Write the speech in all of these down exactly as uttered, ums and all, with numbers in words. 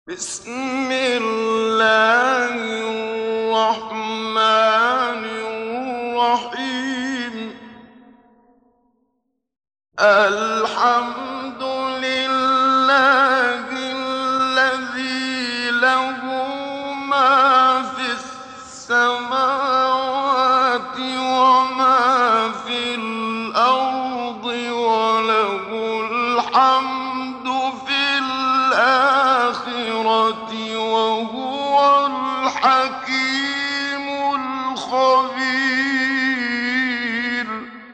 بسم الله الرحمن الرحيم. الحمد لله الذي له ما في السماوات وما في الأرض وله الحمد في الآخرة وهو الحكيم الخبير.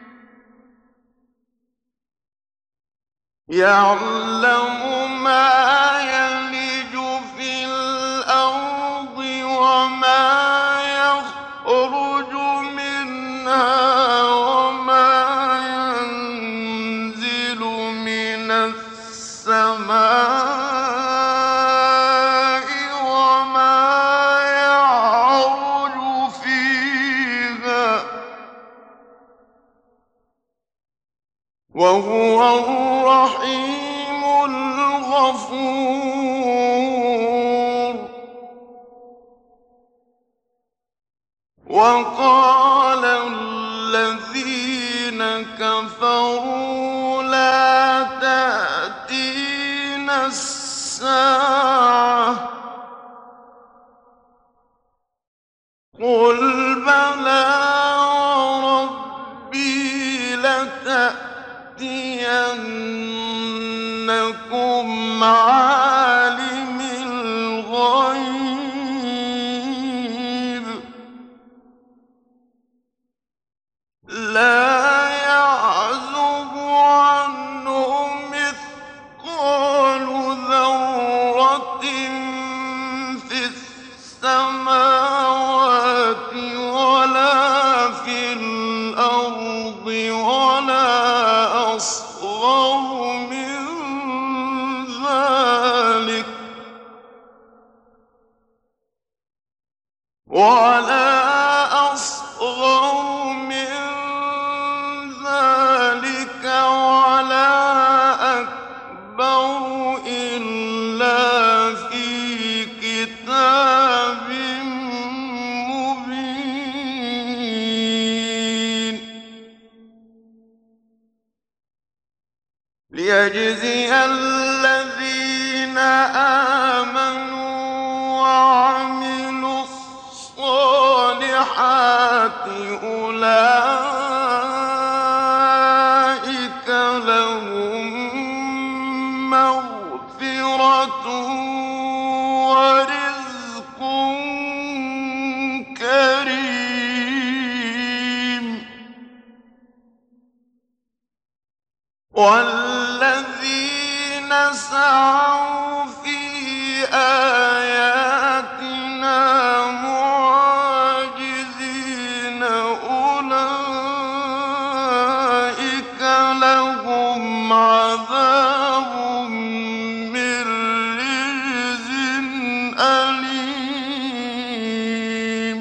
يعلم ما يلج في الأرض وما يخرج منها وما ينزل من السماء وما يعرج فيها، وهو الرحيم الغفور. وقال الذين كفروا لا تأتينا الساعة، قل بلى وربي لتأتينكم عالم الغيب لا يعزب عنه مثقال ذرة في السماوات ولا في الأرض ولا أصغر من ذلك ولا أصغر من ذلك ولا أكبر إلا في كتاب مبين، ليجزي الذين آمنوا وعملوا الصالحات أولئك لهم مغفرة ورزق كريم. والذين سعوا في آياتنا معاجزين أولئك لهم عذاب من رجز أليم.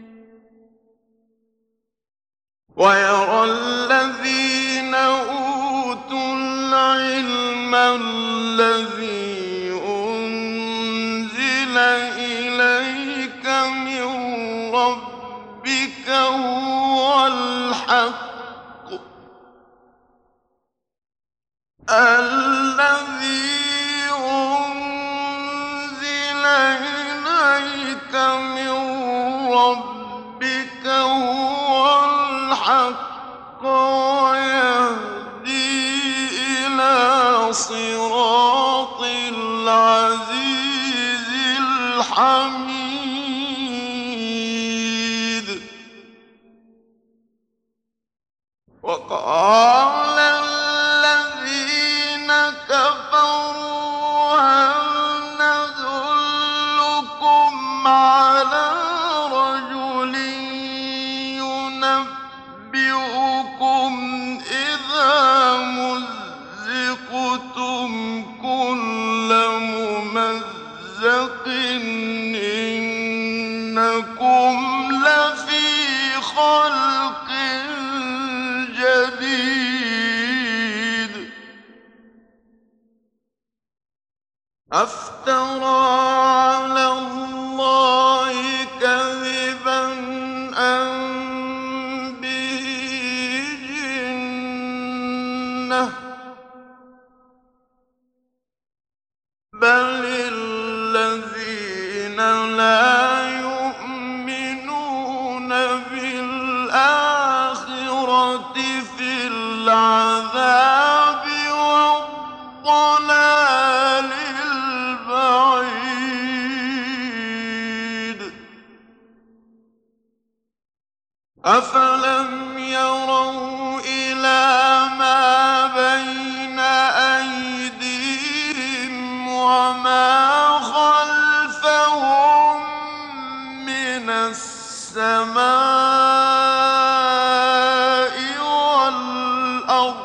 ويرى الذين أوتوا العلم الذي أنزل إليك من ربك هو الحق الذي أنزل إليك من ربك هو الحق ويهدي إلى صراط العزيز الحميد. وقال الذين كفروا هل ندلكم على رجل ينبئكم إذا مزقتم كل ممزق إنكم لفي خلق جديد. أف أفترى على الله كذبا أم به جنة بل الذين لا يؤمنون بالآخرة في العذاب والضلال البعيد أفلم يروا إلى ما بين أيديهم وما خلفهم من السماء والأرض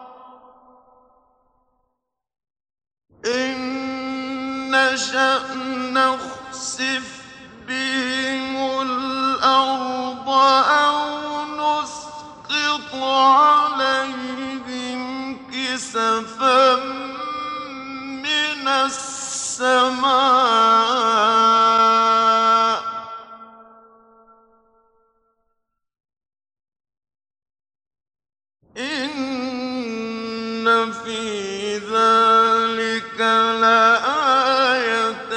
إن نشأ نخسف بهم الأرض أو نسقط عليهم كسفا من السماء إن في ذلك لآية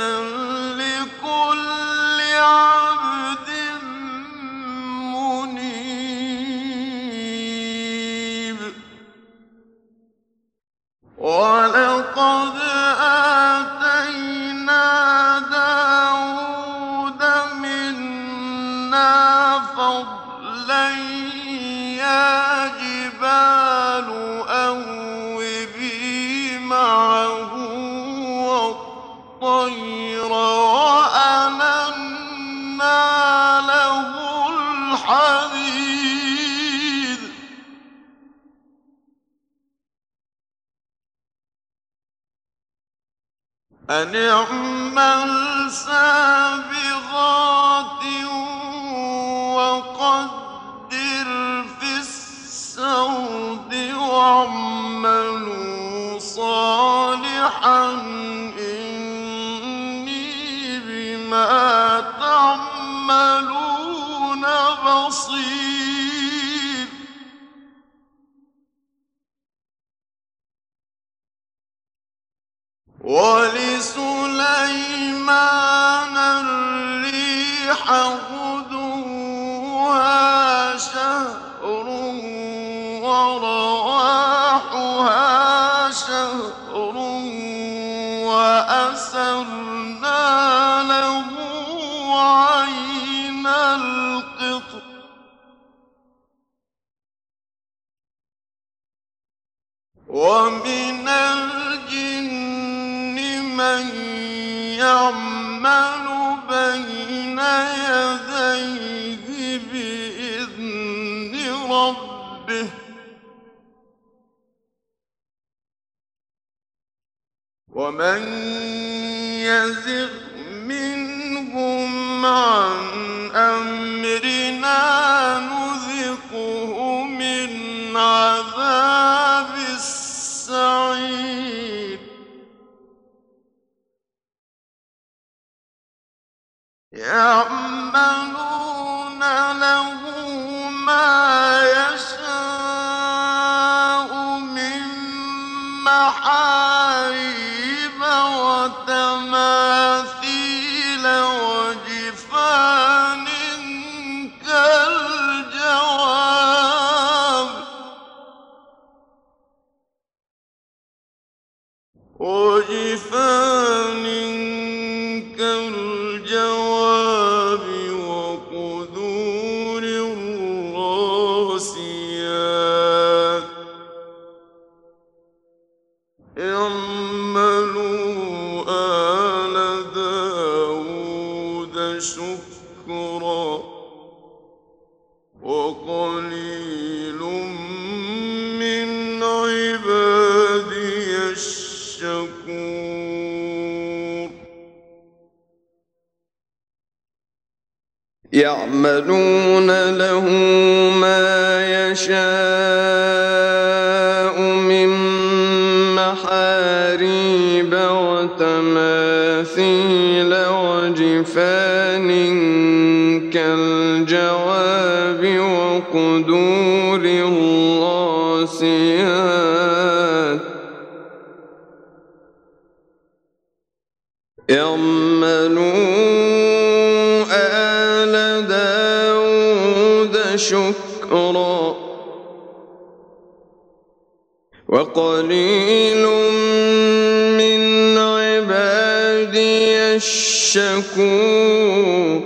لكل عبد منيب ولقد آتينا داود منا فضلا يا جبال أوبي معه والطير وألنا له الحديد أن اعمل سابغات وقدر في السرد واعملوا صالحا إني بما تعملون بصير ولسليمان الريح غدوها شهر ورواحها شهر وأسرنا له عين القطر ومن الجن من يعمل بين يديه بإذن ربه ومن يزغ منهم عن أمرنا نذقه من عذاب السعير يعملون له ما يشاء من محاريب وتماثيل وجفان كالجواب وجفان كالجواب وقدور الراسيات اعملوا آل داود شكرا وقليل من عبادي الشكور يعملون له ما يشاء من محاريب وتماثيل سلاسل وجفان كالجواب وقدور الراسيات اعملوا آل داود شكرا وقليل من عبادي الشكور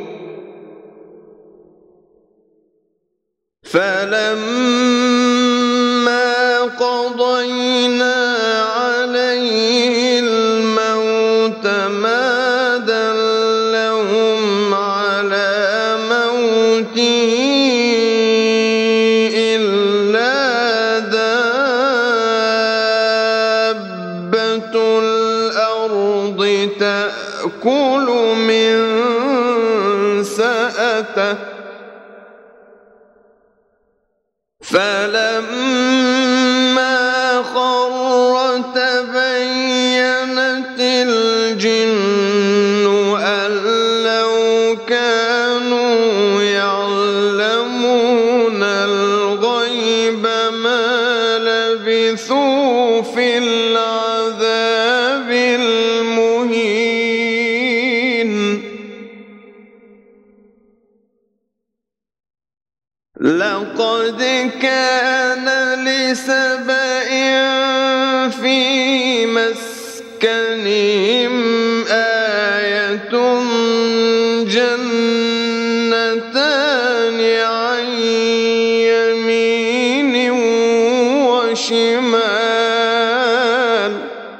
فلما قضينا عليه الموت ما دلهم على موته إلا دابة الأرض تأكل من سأته فلما خر تبينت الجن أن لو كانوا يعلمون الغيب ما لبثوا في العذاب المهين لقد كان لسبإ في مسكنهم آية جنتان عن يمين وشمال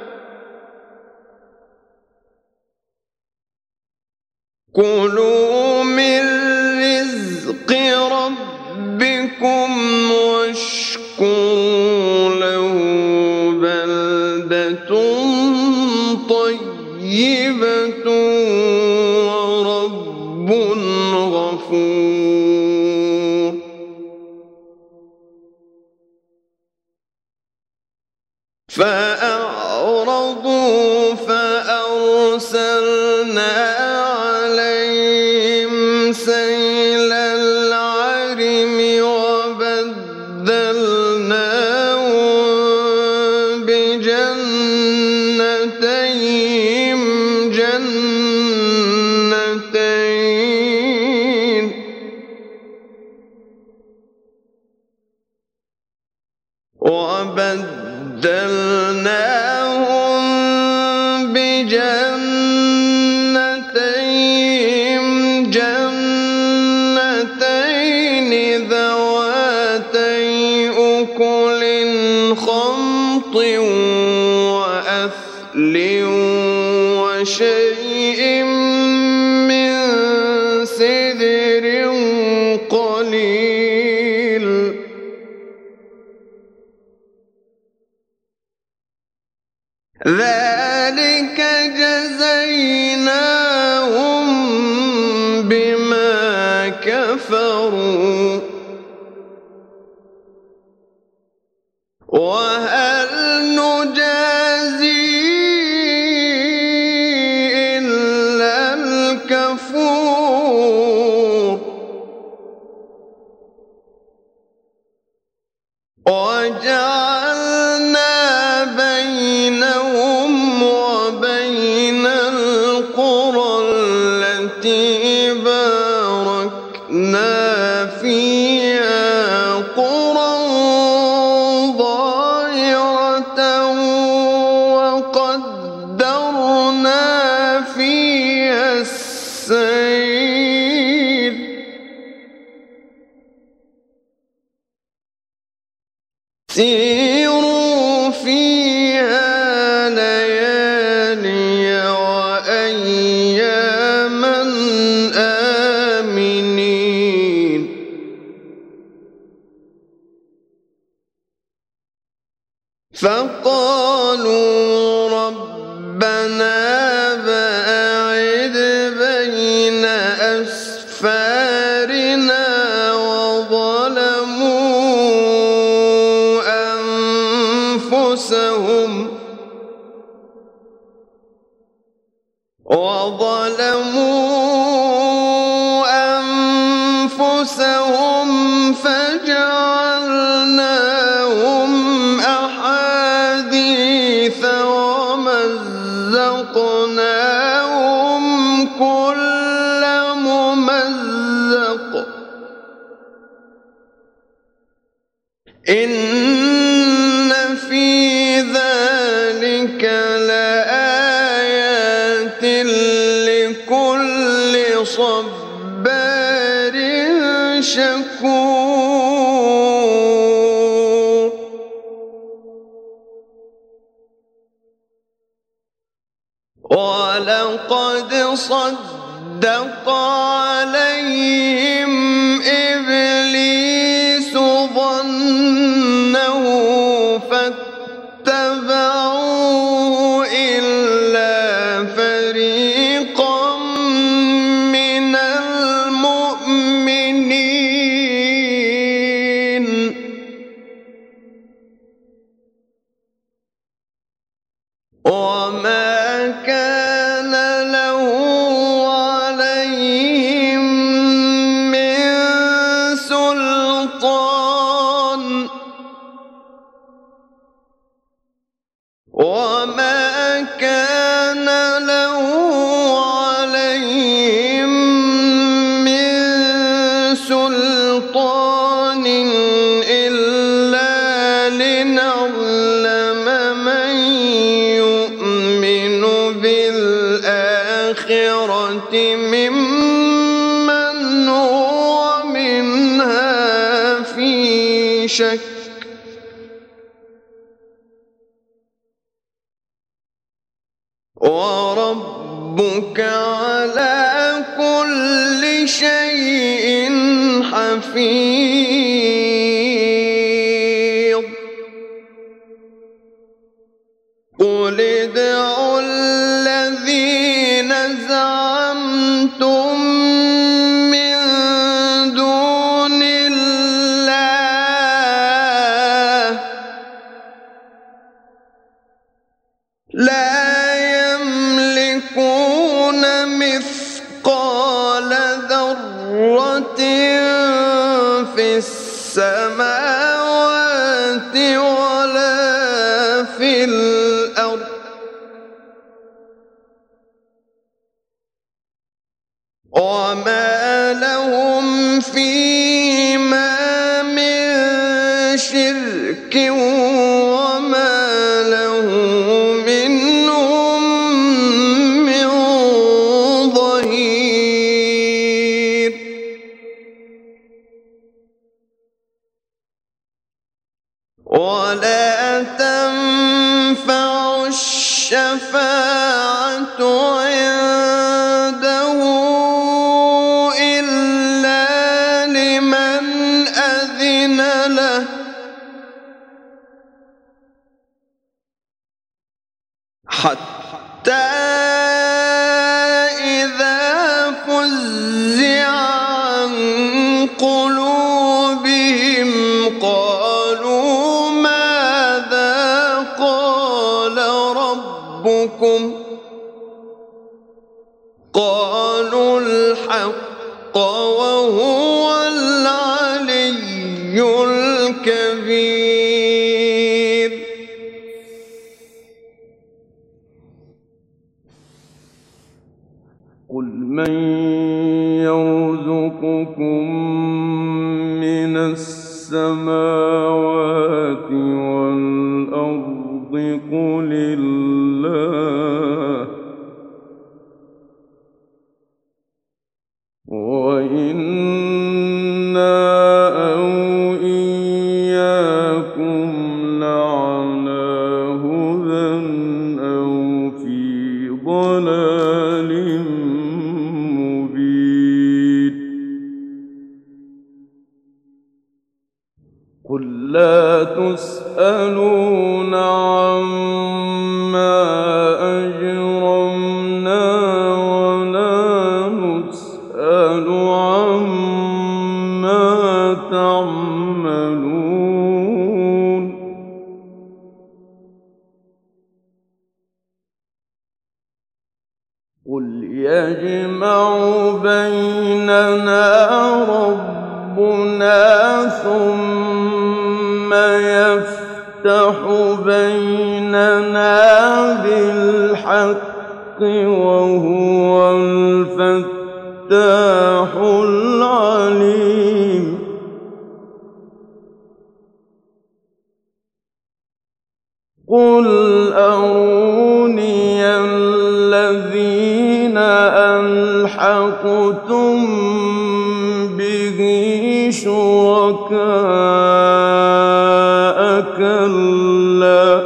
كلوا من رزق ربكم واشكروا له بلدة طيبة ورب غفور فأعرضوا فأرسلنا عليهم سيل العرم وبدلناهم بجنتيهم جنتين وبدلناهم بجنتيهم جنتين ذواتي أكل خمط وأثل وشيء من سدر قليل ذلك جزيناهم بما كفروا وهل نجازي إلا الكفور وجعلنا بينهم وبين القرى التي باركنا فيها قرى ظاهرة وقدرنا فيها السير سيروا فيها ليالي وأياما آمنين فقالوا ربنا باعد بين أسفارنا وظلموا وظلموا أنفسهم فجعلناهم أحاديث ومزقناهم كل ممزق إن في ذلك لآيات لكل صبار شكور ولقد صدق عليهم إبليس ظنه فاتبعوه إلا فريقا من المؤمنين وما كان له عليهم من سلطان وما كان له عليهم من سلطان إلا لنعلم من يؤمن بالآخرة ممن هو منها في شك وربك على كل شيء حفيظ قل ادعوا الذين زعمتم من دون الله لا يملكون مثقال ذرة في السماوات ولا في الأرض وما لهم فيما من شرك وما له منهم من ظهير ولا تنفع الشفاعة عنده إلا لمن أذن له حتى إذا فزع عن قلوبهم قالوا ماذا قال ربكم قالوا الحق وهو العلي الكبير قل من يرزقكم من السماوات والأرض قل الله وإنا أو إياكم لعلى هدى أو في ضلال مبين قل لا تسألون عما أجرمنا ولا نسأل عما تعملون قل يجمع بيننا ربنا ثم يفتح بيننا بالحق وهو الفتاح العليم. قُلْ أَرُونِيَ الَّذِينَ أَلْحَقْتُم بِهِ شُرَكَاءَ ۖ كَلَّا ۚ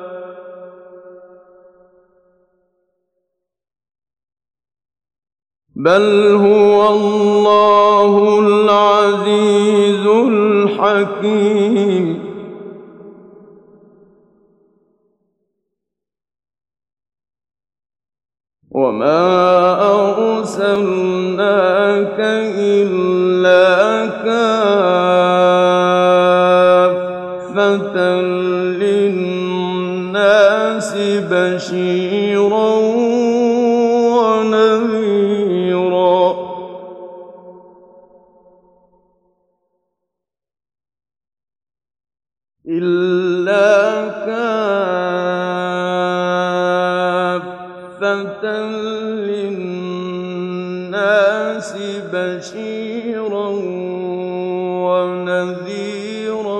بَلْ هُوَ اللَّهُ الْعَزِيزُ الْحَكِيمُ. وَمَا أَرْسَلْنَاكَ إِلَّا كَافَّةً لِّلنَّاسِ بَشِيرًا وَنَذِيرًا. إِلَّا كَافَّةً لِّلنَّاسِ بَشِيرًا وَنَذِيرًا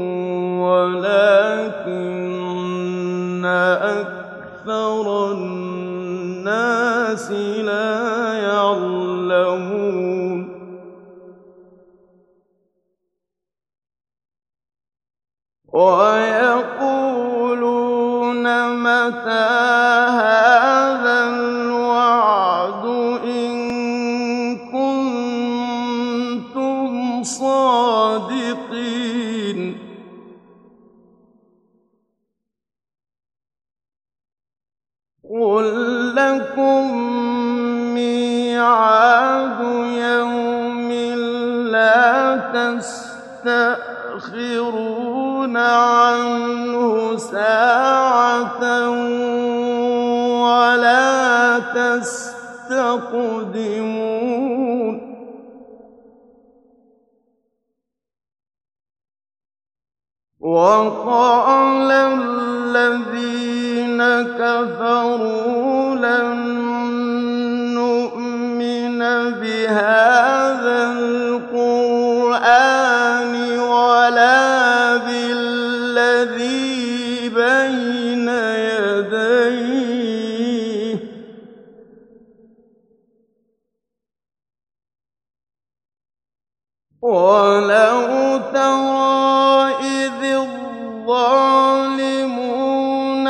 وَلَٰكِنَّ أَكْثَرَ النَّاسِ لَا يَعْلَمُونَ. وَيَقُولُونَ مَتَىٰ هَٰذَا الْوَعْدُ إِن كُنتُمْ صَادِقِينَ. قُل لَّكُم مِّيعَادُ يَوْمٍ لَّا تَسْتَأْخِرُونَ عَنْهُ سَاعَةً وَلَا تَسْتَقْدِمُونَ. وَقَالَ الَّذِينَ كَفَرُوا لَن نُّؤْمِنَ بِهَٰذَا الْقُرْآنِ وَلَا بِالَّذِي بَيْنَ يَدَيْهِ ۗ وَلَوْ تَرَىٰ إِذِ الظَّالِمُونَ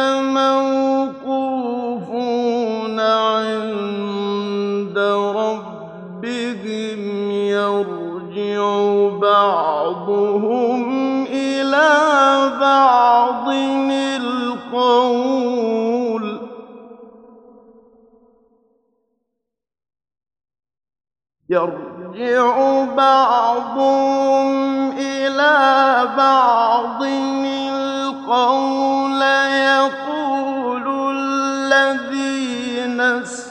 مَوْقُوفُونَ عِندَ رَبِّهِمْ يَرْجِعُ بَعْضُهُمْ إِلَىٰ بَعْضٍ الْقَوْلَ يَرْجِعُ بَعْضُهُمْ إِلَىٰ بَعْضٍ الْقَوْلَ يَقُولُ الَّذِينَ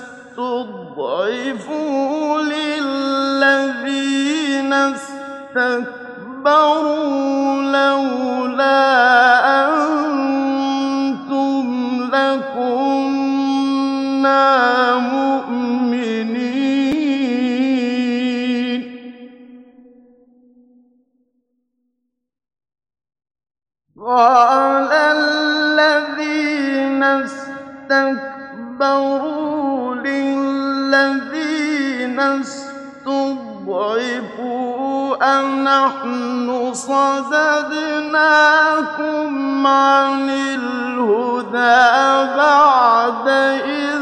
اسْتُضْعِفُوا لِلَّذِينَ اسْتَكْبَرُوا لَوْلَا أَنتُمْ لَكُنَّا مُؤْمِنِينَ. قَالَ الَّذِينَ اسْتَكْبَرُوا لِلَّذِينَ اسْتُضْعِفُوا أَنَحْنُ صَدَدْنَاكُمْ عَنِ الْهُدَىٰ بَعْدَ إِذْ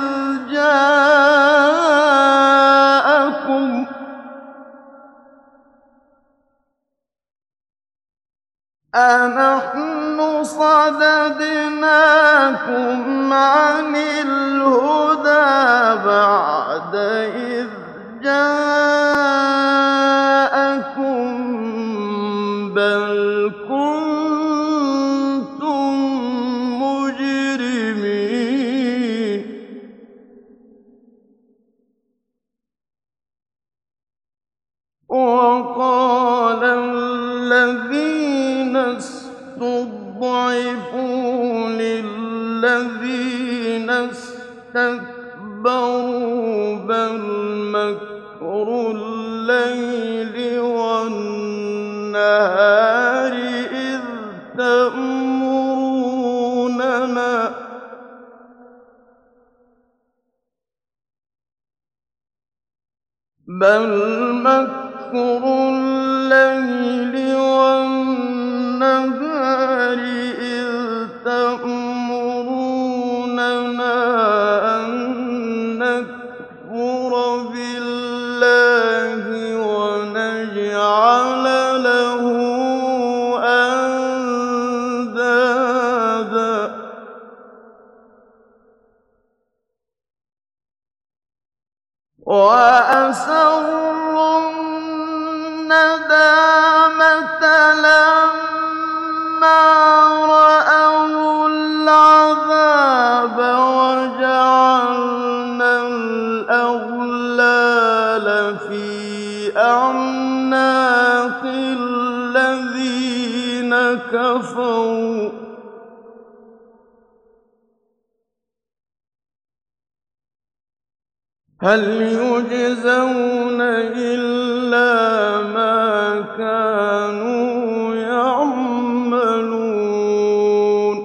جَاءَكُمْ ۖ أَنَحْنُ صَدَدْنَاكُمْ عَنِ الْهُدَىٰ بَعْدَ إِذْ جَاءَكُم ۖ بَلْ كُنتُم مُّجْرِمِينَ. وقال الذين استضعفوا للذين اسْتَكْبَرُوا بَلْ مَكْرُ اللَّيْلِ وَالنَّهَارِ إِذْ تَأْمُرُونَنَا بَلْ مَكْرُ اللَّيْلِ وَالنَّهَارِ إِذْ تَأْمُرُونَنَا أَن نَّكْفُرَ بِاللَّهِ وَنَجْعَلَ لَهُ أَندَادًا وَأَسَرُّوا النَّدَامَةَ لَمَّا رَأَوُا الْعَذَابَ وَجَعَلْنَا الْأَغْلَالَ فِي أَعْنَاقِ الَّذِينَ كَفَرُوا هَلْ يُجْزَوْنَ إِلَّا مَا كَانُوا يَعْمَلُونَ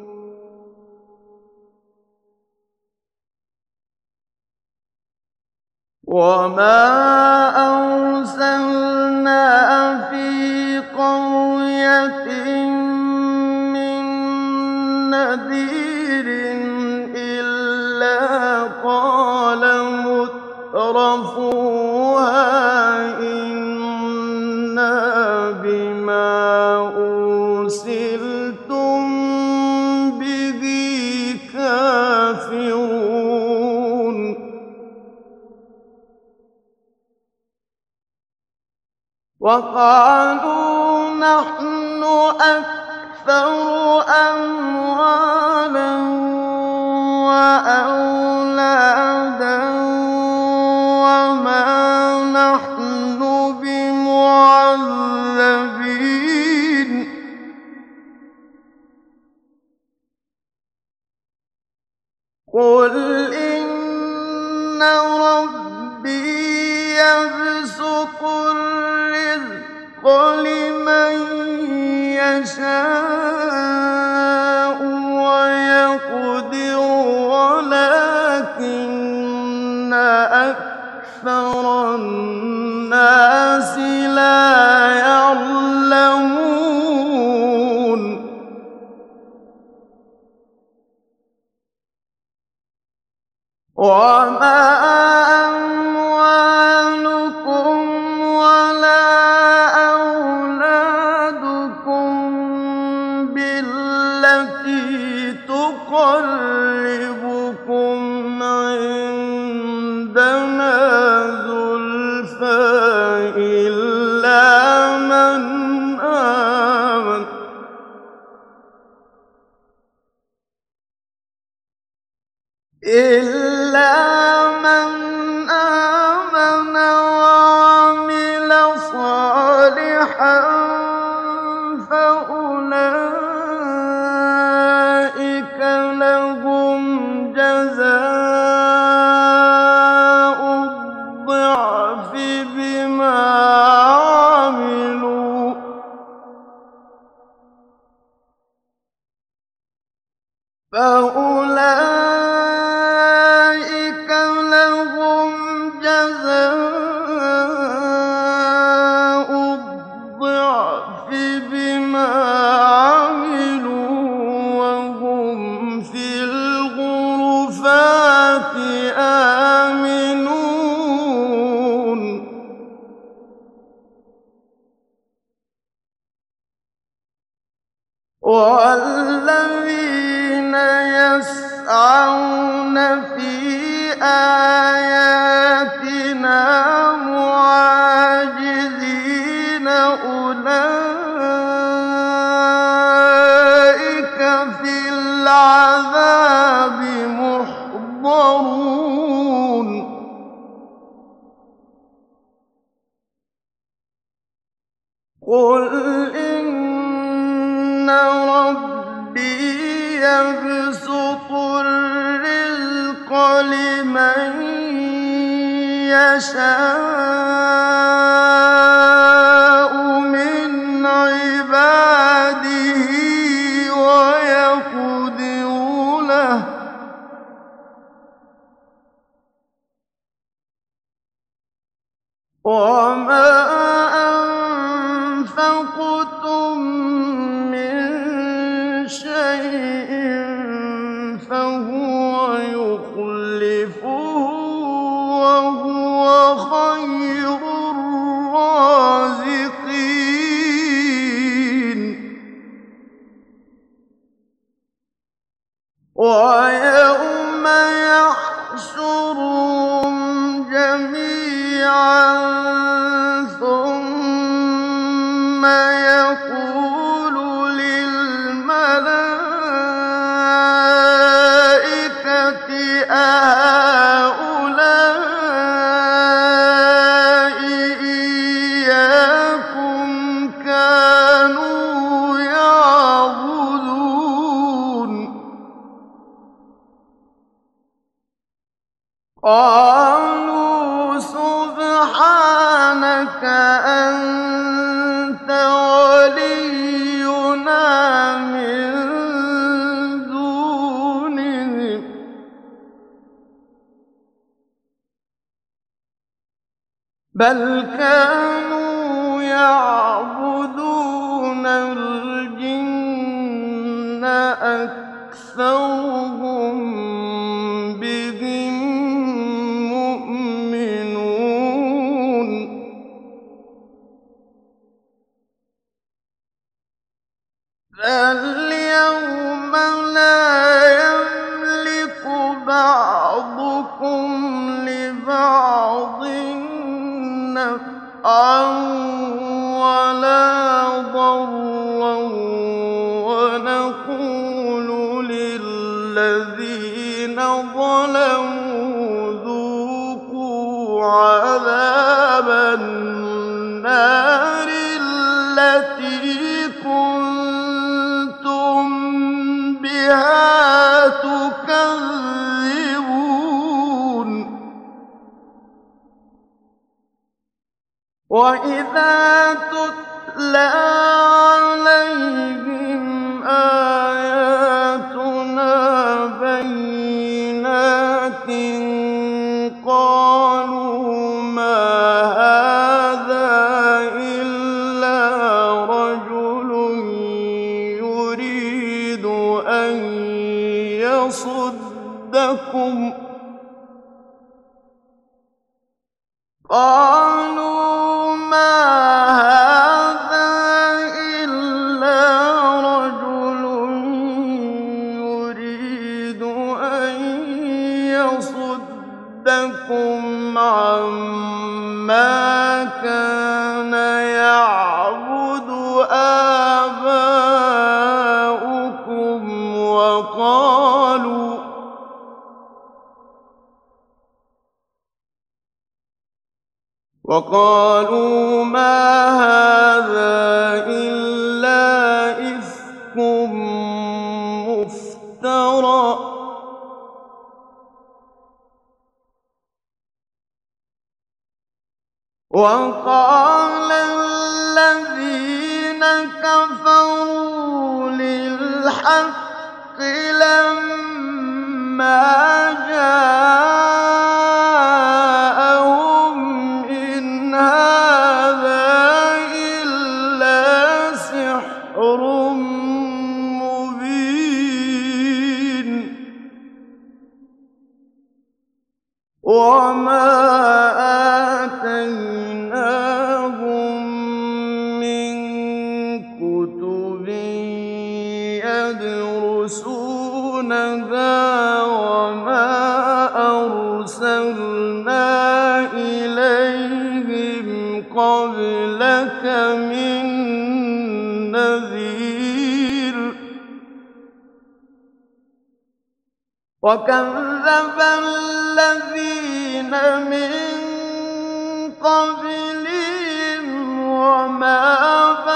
وَمَا أَرْسَلْنَا فِي قَرْيَةٍ مِّن نَّذِيرٍ إِلَّا قَالَ مُتْرَفُوهَا إِنَّا بِمَا أُرْسِلْتُم بِهِ كَافِرُونَ وَقَالُوا نَحْنُ أَكْثَرُ أَمْوَالًا وَأَوْلَادًا وَمَا نَحْنُ بِمُعَذَّبِينَ قُلْ إِنَّ رَبِّي يَبْسُطُ الرِّزْقَ لِمَن يَشَاءُ وَيَقْدِرُ وَلَٰكِنَّ أَكْثَرَ النَّاسِ لَا يَعْلَمُونَ وَمَا أَمْوَالُكُمْ وَلَا أَوْلَادُكُم بِالَّتِي تُقَرِّبُكُمْ عِندَنَا زُلْفَىٰ إِلَّا مَنْ آمَنَ إِلَّا مَنْ آمَنَ وَعَمِلَ صَالِحًا فَأُولَٰئِكَ لَهُمْ جَزَاءُ الضِّعْفِ بِمَا عَمِلُوا فَأُولَٰئِكَ لَهُمْ جَزَاءُ الضِّعْفِ بِمَا عَمِلُوا وَهُمْ فِي الْغُرُفَاتِ آمِنُونَ وَالَّذِينَ يَسْعَوْنَ فِي آيَاتِنَا مُعَاجِزِينَ أُولَٰئِكَ فِي الْعَذَابِ مُحْضَرُونَ قُلْ إِنَّ رَبِّي يَبْسُطُ الرِّزْقَ لِمَن يَشَاءُ مِنْ عِبَادِهِ وَيَقْدِرُ لَهُ ۚ وَمَا أَنفَقْتُم مِّن شَيْءٍ فَهُوَ يُخْلِفُهُ ۖ وَهُوَ خَيْرُ الرَّازِقِينَ. وَيَوْمَ يَحْشُرُهُمْ جَمِيعًا ثُمَّ يَقُولُ لِلْمَلَائِكَةِ أَهَٰؤُلَاءِ إِيَّاكُمْ كَانُوا يَعْبُدُونَ ۚ قَالُوا سُبْحَانَكَ أَنتَ وَلِيُّنَا مِن دُونِهِم ۖ بَلْ كَانُوا يَعْبُدُونَ الْجِنَّ أَكْثَرُهُم بِهِم مُّؤْمِنُونَ. فَالْيَوْمَ لَا يَمْلِكُ بَعْضُكُمْ لِبَعْضٍ نَّفْعًا وَلَا ضَرًّا وَنَقُولُ لِلَّذِينَ ظَلَمُوا ذُوقُوا عَذَابَ النَّارِ الَّتِي كُنتُم بِهَا تُكَذِّبُونَ. وَإِذَا تُتْلَىٰ عَلَيْهِمْ آيَاتُنَا بَيِّنَاتٍ قَالُوا مَا هَٰذَا إِلَّا رَجُلٌ يُرِيدُ أَن يَصُدَّكُمْ قَالُوا مَا هَٰذَا إِلَّا رَجُلٌ يُرِيدُ أَن يَصُدَّكُمْ عَمَّا كَانَ يَعْبُدُ آبَاؤُكُمْ وَقَالُوا وَقَالُوا مَا هَٰذَا إِلَّا إِفْكٌ مُّفْتَرًى ۚ وَقَالَ الَّذِينَ كَفَرُوا لِلْحَقِّ لَمَّا جَاءَهُمْ إِنْ هَٰذَا إِلَّا سِحْرٌ مُّبِينٌ. وَمَا آتَيْنَاهُم مِّن كُتُبٍ يَدْرُسُونَهَا وَمَا أَرْسَلْنَا إِلَيْهِمْ قَبْلَكَ مِن نَّذِيرٍ. وَكَذَّبَ الَّذِينَ مِن قَبْلِهِمْ وَمَا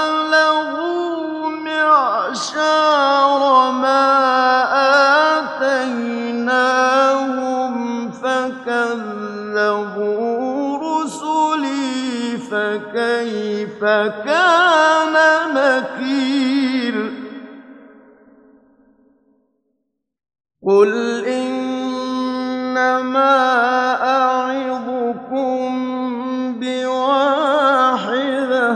كَذَّبُوا رُسُلِي فَكَيْفَ كَانَ نَكِيرِ قُلْ إِنَّمَا أَعِظُكُم بِوَاحِدَةٍ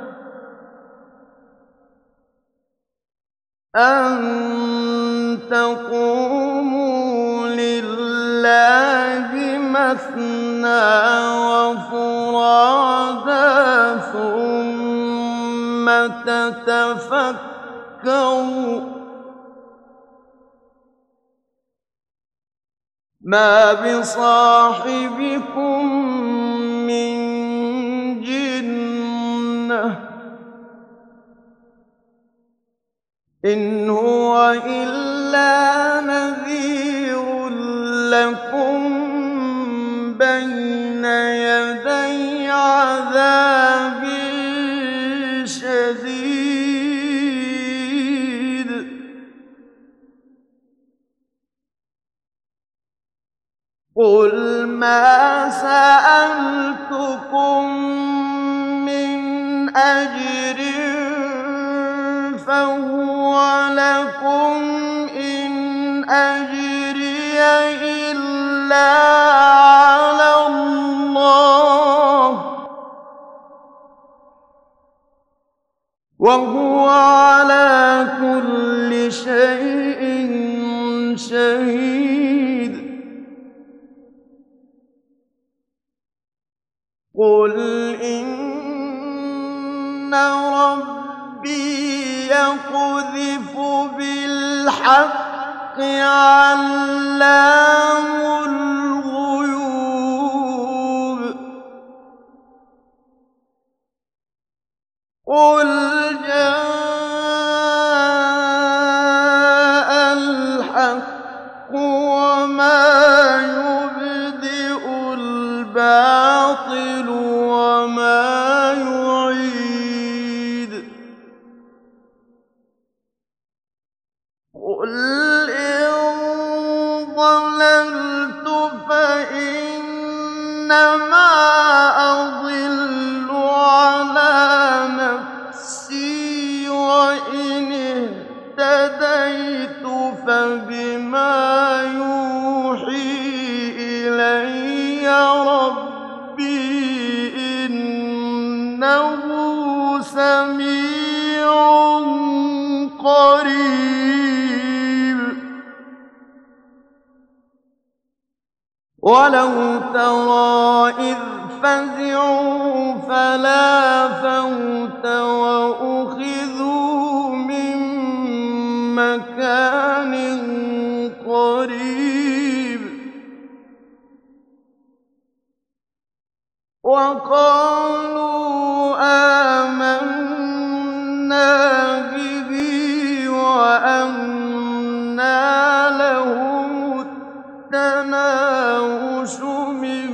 أَن تَقُومُوا لِلَّهِ مَثْنَىٰ وَفُرَادَىٰ ثُمَّ تَتَفَكَّرُوا ۚ مَا بِصَاحِبِكُم مِّن جِنَّةٍ ۚ إِنْ هُوَ إِلَّا نَذِيرٌ لَّكُم بَيْنَ يَدَيْ عَذَابٍ شَدِيدٍ قُلْ مَا سَأَلْتُكُم مِّنْ أَجْرٍ فَهُوَ لَكُمْ ۖ إِنْ أَجْرِيَ إِلَّا عَلَى اللَّهِ ۖ وَهُوَ عَلَىٰ كُلِّ شَيْءٍ شَهِيدٌ قُلْ إِنَّ رَبِّي يَقْذِفُ بِالْحَقِّ عَلَّامُ الْغُيُوبِ قُلْ جَاءَ الْحَقُّ وَمَا يُبْدِئُ الْبَاطِلُ وَمَا يُعِيدُ قُلْ إِن ضَلَلْتُ فَإِنَّمَا أَضِلُّ عَلَىٰ نَفْسِي ۖ وَإِنِ اهْتَدَيْتُ فَبِمَا يُوحِي إِلَيَّ رَبِّي ۚ إِنَّهُ سَمِيعٌ قَرِيبٌ وَلَوْ تَرَىٰ إِذْ فَزِعُوا فَلَا فَوْتَ وَأُخِذُوا مِن مَّكَانٍ قَرِيبٍ وَقَالُوا آمَنَّا بِهِ وَأَنَّىٰ لَهُمُ التَّنَاوُشُ مِن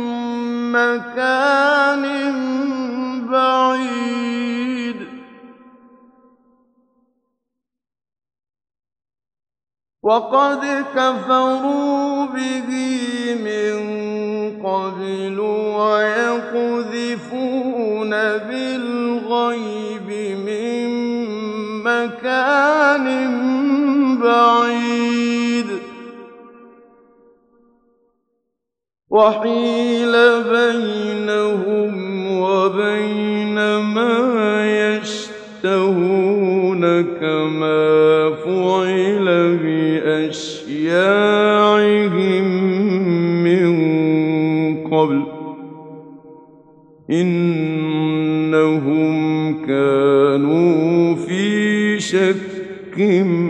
مَّكَانٍ بَعِيدٍ وَقَدْ كَفَرُوا بِهِ مِن قَبْلُ وَيَقْذِفُونَ بِالْغَيْبِ مِن مَّكَانٍ بَعِيدٍ وَحِيلَ بَيْنَهُمْ وَبَيْنَ مَا يَشْتَهُونَ كَمَا فُعِلَ بِأَشْيَاعِهِم مِّن قَبْلُ ۚ إِنَّهُمْ كَانُوا فِي شَكٍّ